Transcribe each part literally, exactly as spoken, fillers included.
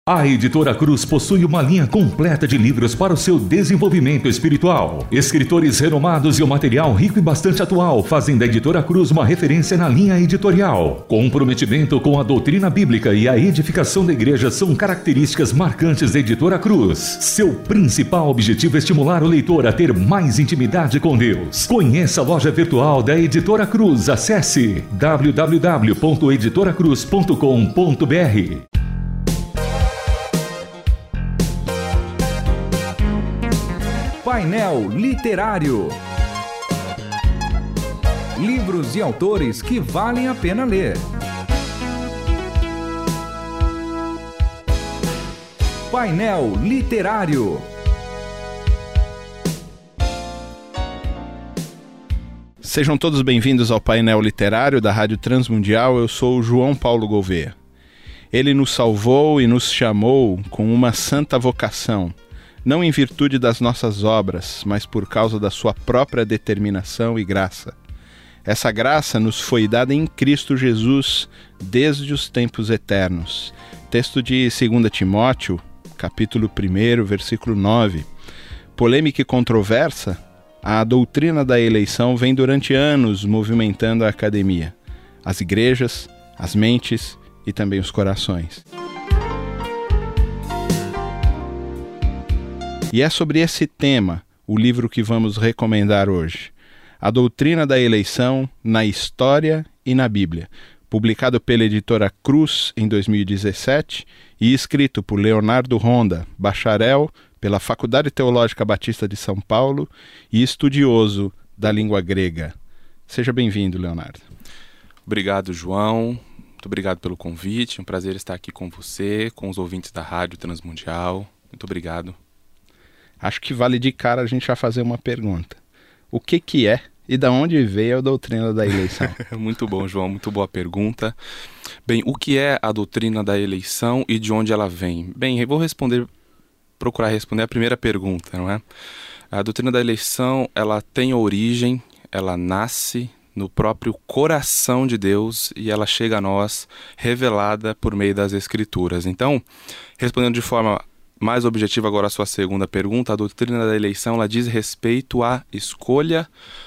A Editora Cruz possui uma linha completa de livros para o seu desenvolvimento espiritual. Escritores renomados e um material rico e bastante atual fazem da Editora Cruz uma referência na linha editorial. Comprometimento com a doutrina bíblica e a edificação da igreja são características marcantes da Editora Cruz. Seu principal objetivo é estimular o leitor a ter mais intimidade com Deus. Conheça a loja virtual da Editora Cruz. Acesse w w w ponto editora cruz ponto com ponto b r. Painel Literário. Livros e autores que valem a pena ler. Painel Literário. Sejam todos bem-vindos ao Painel Literário da Rádio Transmundial. Eu sou o João Paulo Gouveia. Ele nos salvou e nos chamou com uma santa vocação, não em virtude das nossas obras, mas por causa da sua própria determinação e graça. Essa graça nos foi dada em Cristo Jesus desde os tempos eternos. Texto de Segunda Timóteo, capítulo um, versículo nove. Polêmica e controversa, a doutrina da eleição vem durante anos movimentando a academia, as igrejas, as mentes e também os corações. E é sobre esse tema o livro que vamos recomendar hoje. A Doutrina da Eleição na História e na Bíblia, publicado pela Editora Cruz em dois mil e dezessete e escrito por Leonardo Ronda, bacharel pela Faculdade Teológica Batista de São Paulo e estudioso da língua grega. Seja bem-vindo, Leonardo. Obrigado, João. Muito obrigado pelo convite. Um prazer estar aqui com você, com os ouvintes da Rádio Transmundial. Muito obrigado. Acho que vale de cara a gente já fazer uma pergunta. O que que é e de onde veio a doutrina da eleição? Muito bom, João. Muito boa pergunta. Bem, o que é a doutrina da eleição e de onde ela vem? Bem, eu vou responder, procurar responder a primeira pergunta, não é? A doutrina da eleição, ela tem origem, ela nasce no próprio coração de Deus e ela chega a nós revelada por meio das Escrituras. Então, respondendo de forma mais objetiva agora a sua segunda pergunta, a doutrina da eleição ela diz respeito à escolha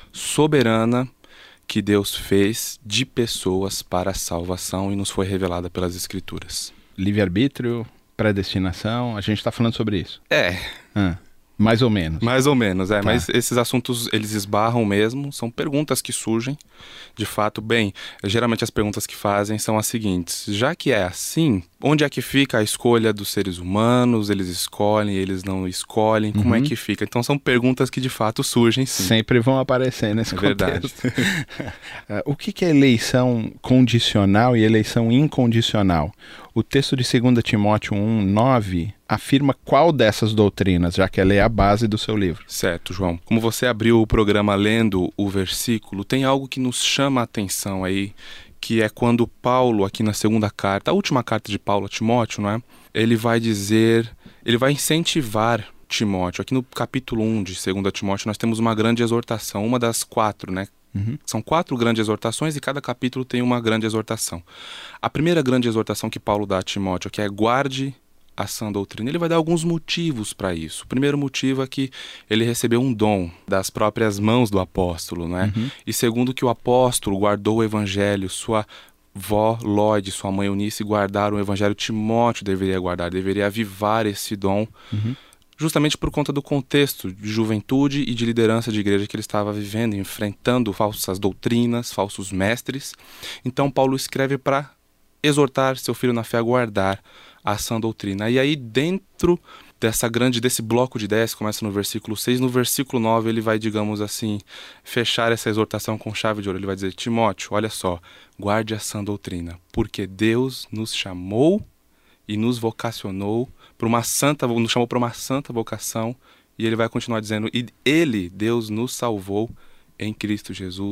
soberana que Deus fez de pessoas para a salvação e nos foi revelada pelas Escrituras. Livre-arbítrio, predestinação, a gente está falando sobre isso? É. Ah, mais ou menos. Mais ou menos, é. Tá. Mas esses assuntos, eles esbarram mesmo, são perguntas que surgem. De fato, bem, geralmente as perguntas que fazem são as seguintes. Já que é assim, onde é que fica a escolha dos seres humanos? Eles escolhem, eles não escolhem, como Uhum. é que fica? Então são perguntas que de fato surgem, sim. Sempre vão aparecer nesse É contexto. Verdade. O que que é eleição condicional e eleição incondicional? O texto de Segunda Timóteo um, nove afirma qual dessas doutrinas, já que ela é a base do seu livro. Certo, João. Como você abriu o programa lendo o versículo, tem algo que nos chama a atenção aí, que é quando Paulo, aqui na segunda carta, a última carta de Paulo a Timóteo, não é? Ele vai dizer, ele vai incentivar Timóteo. Aqui no capítulo um de Segunda Timóteo nós temos uma grande exortação, uma das quatro, né? Uhum. São quatro grandes exortações e cada capítulo tem uma grande exortação. A primeira grande exortação que Paulo dá a Timóteo, que é guarde a sã doutrina, ele vai dar alguns motivos para isso. O primeiro motivo é que ele recebeu um dom das próprias mãos do apóstolo, né? Uhum. E segundo que o apóstolo guardou o evangelho, sua vó Lóide, sua mãe Eunice guardaram o evangelho, Timóteo deveria guardar, deveria avivar esse dom, Uhum. justamente por conta do contexto de juventude e de liderança de igreja que ele estava vivendo, enfrentando falsas doutrinas, falsos mestres. Então Paulo escreve para exortar seu filho na fé a guardar a sã doutrina. E aí dentro dessa grande, desse bloco de ideias, começa no versículo seis, no versículo nove ele vai, digamos assim, fechar essa exortação com chave de ouro. Ele vai dizer, Timóteo, olha só, guarde a sã doutrina, porque Deus nos chamou e nos vocacionou para uma santa, nos chamou para uma santa vocação, e ele vai continuar dizendo, e ele, Deus, nos salvou em Cristo Jesus.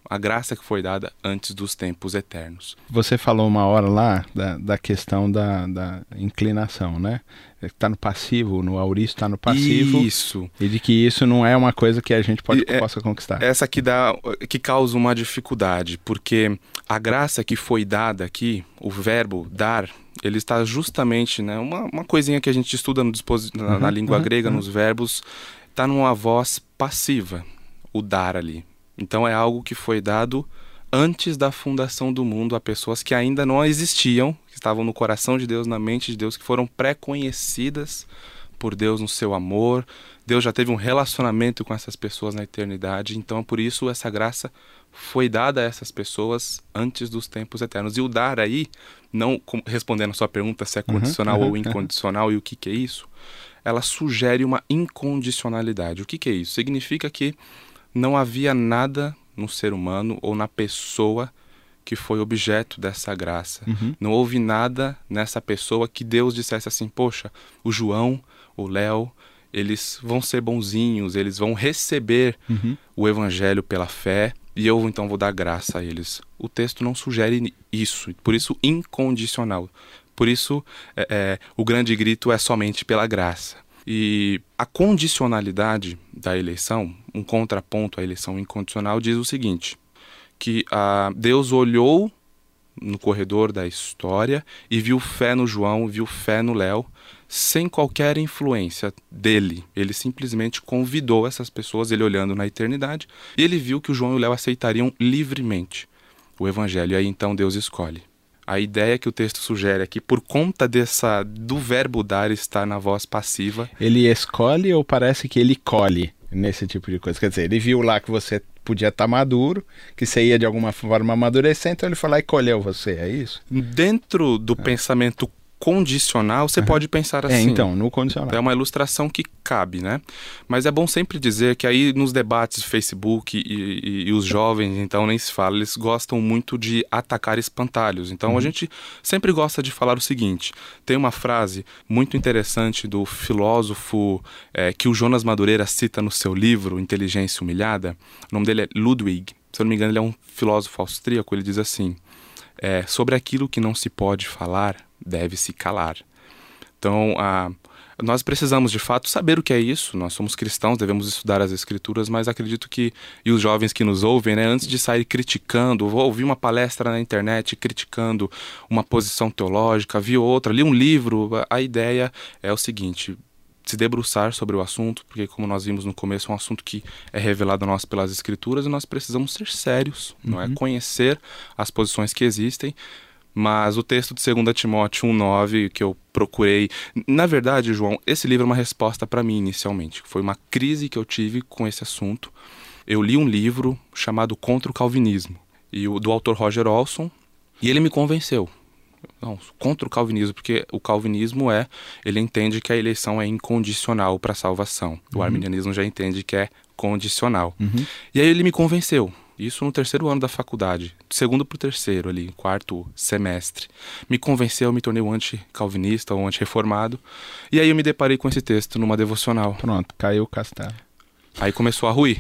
a graça que foi dada antes dos tempos eternos. Você falou uma hora lá da, da questão da, da inclinação, né? Está no passivo, no auristo está no passivo. Isso. E de que isso não é uma coisa que a gente pode, é, possa conquistar. Essa que, dá, que causa uma dificuldade, porque a graça que foi dada aqui, o verbo dar, ele está justamente, né, uma, uma coisinha que a gente estuda no disposi- na, uhum, na língua uhum, grega, uhum. nos verbos, está numa voz passiva, o dar ali. Então é algo que foi dado antes da fundação do mundo a pessoas que ainda não existiam, que estavam no coração de Deus, na mente de Deus, que foram pré-conhecidas por Deus no seu amor. Deus já teve um relacionamento com essas pessoas na eternidade, então por isso essa graça foi dada a essas pessoas antes dos tempos eternos. E o dar aí, não respondendo a sua pergunta se é condicional uhum, ou incondicional, uhum. E o que, que é isso, ela sugere uma incondicionalidade. O que, que é isso? Significa que não havia nada no ser humano ou na pessoa que foi objeto dessa graça. Uhum. Não houve nada nessa pessoa que Deus dissesse assim, poxa, o João, o Léo, eles vão ser bonzinhos, eles vão receber uhum. o evangelho pela fé e eu então vou dar graça a eles. O texto não sugere isso, por isso incondicional. Por isso é, é, o grande grito é somente pela graça. E a condicionalidade da eleição, um contraponto à eleição incondicional, diz o seguinte, que ah, Deus olhou no corredor da história e viu fé no João, viu fé no Léo, sem qualquer influência dele. Ele simplesmente convidou essas pessoas, ele olhando na eternidade, e ele viu que o João e o Léo aceitariam livremente o evangelho. E aí então Deus escolhe. A ideia que o texto sugere aqui, por conta dessa, do verbo dar estar na voz passiva... Ele escolhe ou parece que ele colhe nesse tipo de coisa? Quer dizer, ele viu lá que você podia estar maduro, que você ia de alguma forma amadurecer, então ele foi lá e colheu você, é isso? Dentro do é. pensamento condicional, você uhum. pode pensar assim. É, então, no condicional. É uma ilustração que cabe, né? Mas é bom sempre dizer que aí nos debates de Facebook e, e, e os jovens, então nem se fala, eles gostam muito de atacar espantalhos. Então uhum. a gente sempre gosta de falar o seguinte, tem uma frase muito interessante do filósofo é, que o Jonas Madureira cita no seu livro Inteligência Humilhada, o nome dele é Ludwig, se eu não me engano ele é um filósofo austríaco, ele diz assim, é, sobre aquilo que não se pode falar, deve-se calar. Então, a, nós precisamos de fato saber o que é isso, nós somos cristãos, devemos estudar as escrituras, mas acredito que, e os jovens que nos ouvem, né, antes de sair criticando, vou ouvir uma palestra na internet criticando uma posição teológica, vi outra, li um livro, a ideia é o seguinte, se debruçar sobre o assunto, porque como nós vimos no começo, é um assunto que é revelado a nós pelas escrituras e nós precisamos ser sérios, uhum. não é? Conhecer as posições que existem. Mas o texto de dois Timóteo um, nove, que eu procurei... Na verdade, João, esse livro é uma resposta para mim inicialmente. Foi uma crise que eu tive com esse assunto. Eu li um livro chamado Contra o Calvinismo, e o, do autor Roger Olson, e ele me convenceu. Não, contra o calvinismo, porque o calvinismo é... Ele entende que a eleição é incondicional para a salvação. O uhum. arminianismo já entende que é condicional. Uhum. E aí ele me convenceu. Isso no terceiro ano da faculdade, segundo para o terceiro ali, quarto semestre. Me convenceu, me tornei um anti-calvinista, um anti-reformado. E aí eu me deparei com esse texto numa devocional. Pronto, caiu o castelo. Aí começou a ruir.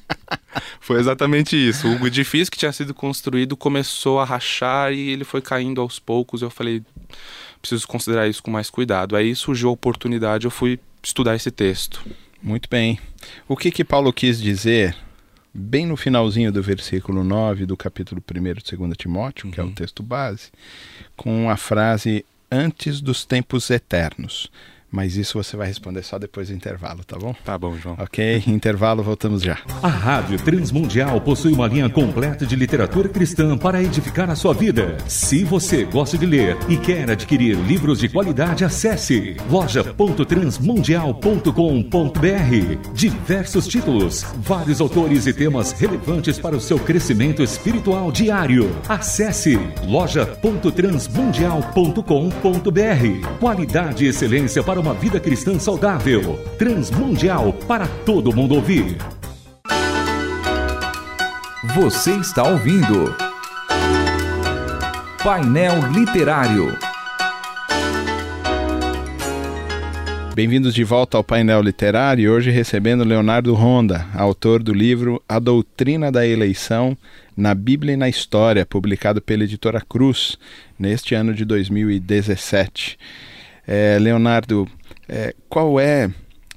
Foi exatamente isso. O edifício que tinha sido construído começou a rachar e ele foi caindo aos poucos. Eu falei, preciso considerar isso com mais cuidado. Aí surgiu a oportunidade, eu fui estudar esse texto. Muito bem. O que que Paulo quis dizer... bem no finalzinho do versículo nove do capítulo primeiro de dois Timóteo, que uhum. é o texto base, com a frase antes dos tempos eternos. Mas isso você vai responder só depois do intervalo, tá bom? Tá bom, João. Ok, intervalo, voltamos já. A Rádio Transmundial possui uma linha completa de literatura cristã para edificar a sua vida. Se você gosta de ler e quer adquirir livros de qualidade, acesse loja ponto transmundial ponto com ponto b r. Diversos títulos, vários autores e temas relevantes para o seu crescimento espiritual diário. Acesse loja ponto transmundial ponto com ponto b r. Qualidade e excelência para uma vida cristã saudável. Transmundial, para todo mundo ouvir. Você está ouvindo Painel Literário. Bem-vindos de volta ao Painel Literário, hoje recebendo Leonardo Ronda, autor do livro A Doutrina da Eleição, na Bíblia e na História, publicado pela Editora Cruz, neste ano de dois mil e dezessete. É, Leonardo, é, qual é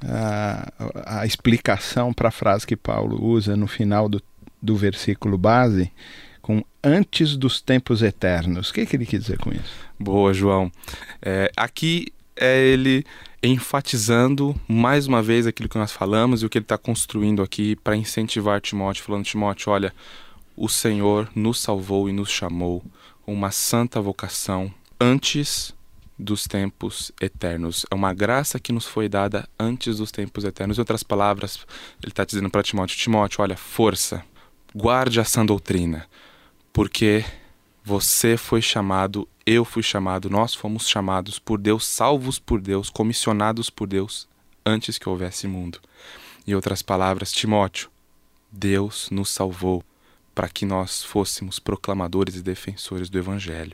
a, a explicação para a frase que Paulo usa no final do, do versículo base, com antes dos tempos eternos? O que, que ele quis dizer com isso? Boa, João. É, aqui é ele enfatizando mais uma vez aquilo que nós falamos e o que ele está construindo aqui para incentivar Timóteo, falando: Timóteo, olha, o Senhor nos salvou e nos chamou com uma santa vocação antes dos tempos eternos. É uma graça que nos foi dada antes dos tempos eternos. Em outras palavras, ele está dizendo para Timóteo: Timóteo, olha, força, guarde a sã doutrina, porque você foi chamado, eu fui chamado, nós fomos chamados por Deus, salvos por Deus, comissionados por Deus, antes que houvesse mundo. Em outras palavras, Timóteo, Deus nos salvou para que nós fôssemos proclamadores e defensores do Evangelho.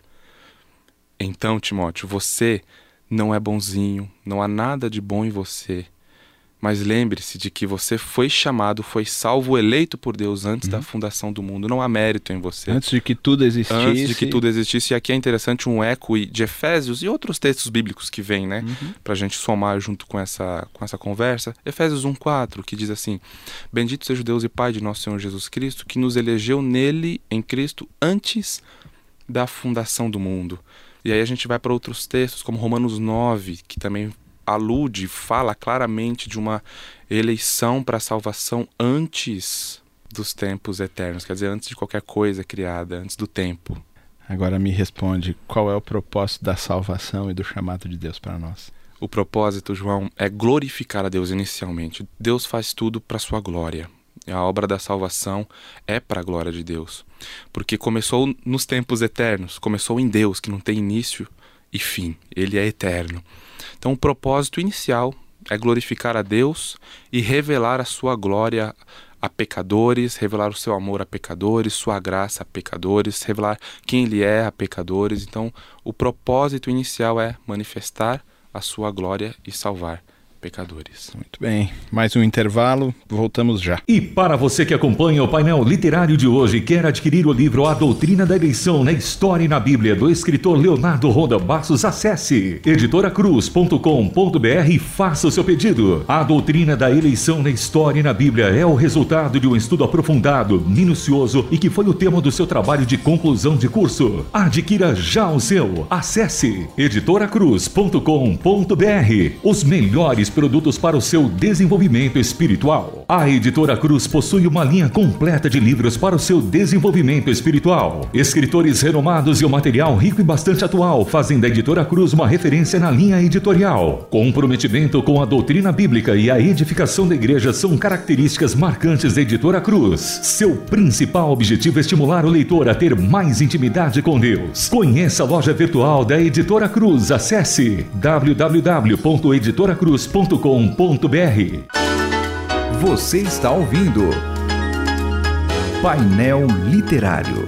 Então, Timóteo, você não é bonzinho, não há nada de bom em você, mas lembre-se de que você foi chamado, foi salvo, eleito por Deus antes uhum. da fundação do mundo. Não há mérito em você. Antes de que tudo existisse. Antes de que tudo existisse. E aqui é interessante um eco de Efésios e outros textos bíblicos que vêm, né? Uhum. Para a gente somar junto com essa, com essa conversa. Efésios um, quatro, que diz assim: Bendito seja o Deus e Pai de nosso Senhor Jesus Cristo, que nos elegeu nele, em Cristo, antes da fundação do mundo. E aí a gente vai para outros textos, como Romanos nove, que também alude, fala claramente de uma eleição para a salvação antes dos tempos eternos, quer dizer, antes de qualquer coisa criada, antes do tempo. Agora me responde, qual é o propósito da salvação e do chamado de Deus para nós? O propósito, João, é glorificar a Deus inicialmente. Deus faz tudo para a sua glória. A obra da salvação é para a glória de Deus, porque começou nos tempos eternos, começou em Deus, que não tem início e fim, ele é eterno. Então o propósito inicial é glorificar a Deus e revelar a sua glória a pecadores, revelar o seu amor a pecadores, sua graça a pecadores, revelar quem ele é a pecadores. Então o propósito inicial é manifestar a sua glória e salvar pecadores. Muito bem, mais um intervalo, voltamos já. E para você que acompanha o painel literário de hoje e quer adquirir o livro A Doutrina da Eleição na História e na Bíblia, do escritor Leonardo Ronda Bastos, acesse editora cruz ponto com ponto br e faça o seu pedido. A Doutrina da Eleição na História e na Bíblia é o resultado de um estudo aprofundado, minucioso e que foi o tema do seu trabalho de conclusão de curso. Adquira já o seu. Acesse editora cruz ponto com ponto br. Os melhores produtos para o seu desenvolvimento espiritual. A Editora Cruz possui uma linha completa de livros para o seu desenvolvimento espiritual. Escritores renomados e um material rico e bastante atual fazem da Editora Cruz uma referência na linha editorial. Comprometimento com a doutrina bíblica e a edificação da igreja são características marcantes da Editora Cruz. Seu principal objetivo é estimular o leitor a ter mais intimidade com Deus. Conheça a loja virtual da Editora Cruz. Acesse w w w ponto editora cruz ponto com ponto br. Você está ouvindo Painel Literário.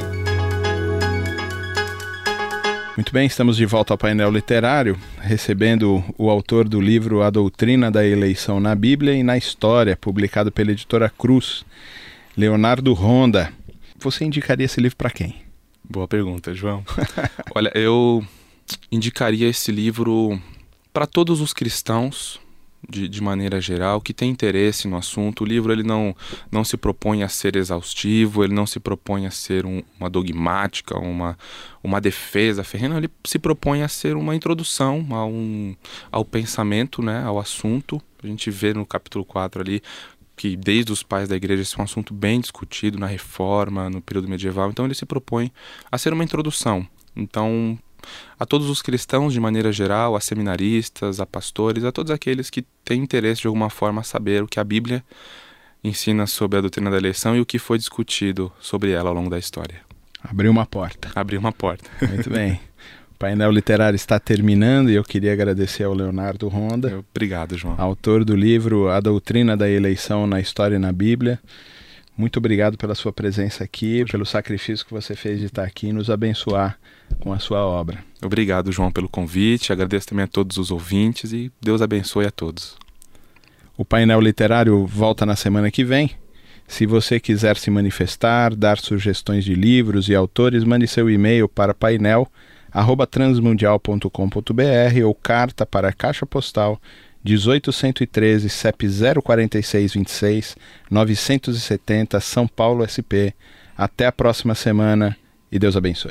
Muito bem, estamos de volta ao Painel Literário, recebendo o autor do livro A Doutrina da Eleição na Bíblia e na História, publicado pela Editora Cruz, Leonardo Ronda. Você indicaria esse livro para quem? Boa pergunta, João. Olha, eu indicaria esse livro para todos os cristãos, De, de maneira geral, que tem interesse no assunto. O livro ele não, não se propõe a ser exaustivo, ele não se propõe a ser um, uma dogmática, uma, uma defesa ferrenha, ele se propõe a ser uma introdução a um, ao pensamento, né, ao assunto. A gente vê no capítulo quatro ali que desde os pais da igreja esse é um assunto bem discutido na Reforma, no período medieval, então ele se propõe a ser uma introdução. Então, a todos os cristãos de maneira geral, a seminaristas, a pastores, a todos aqueles que têm interesse de alguma forma a saber o que a Bíblia ensina sobre a doutrina da eleição e o que foi discutido sobre ela ao longo da história. Abriu uma porta. Abriu uma porta. Muito bem. O painel literário está terminando e eu queria agradecer ao Leonardo Ronda. Obrigado, João. Autor do livro A Doutrina da Eleição na História e na Bíblia. Muito obrigado pela sua presença aqui, pelo sacrifício que você fez de estar aqui e nos abençoar com a sua obra. Obrigado, João, pelo convite. Agradeço também a todos os ouvintes e Deus abençoe a todos. O painel literário volta na semana que vem. Se você quiser se manifestar, dar sugestões de livros e autores, mande seu e-mail para painel arroba transmundial ponto com ponto b r ou carta para a Caixa Postal dezoito cento e treze, C E P zero quatro seis dois seis, novecentos e setenta, São Paulo, S P. Até a próxima semana e Deus abençoe.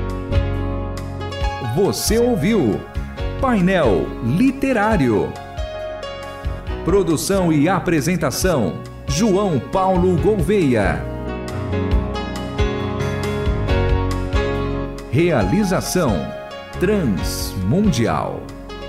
Você ouviu Painel Literário. Produção e apresentação, João Paulo Gouveia. Realização Transmundial.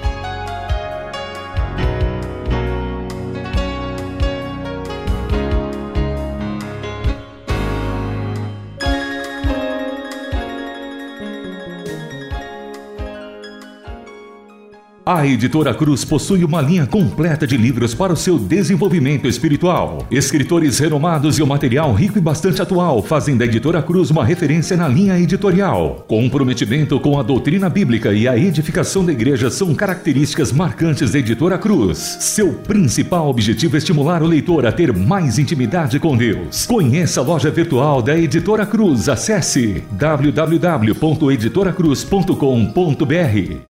A Editora Cruz possui uma linha completa de livros para o seu desenvolvimento espiritual. Escritores renomados e o material rico e bastante atual fazem da Editora Cruz uma referência na linha editorial. Comprometimento com a doutrina bíblica e a edificação da igreja são características marcantes da Editora Cruz. Seu principal objetivo é estimular o leitor a ter mais intimidade com Deus. Conheça a loja virtual da Editora Cruz. Acesse w w w ponto editora cruz ponto com ponto b r.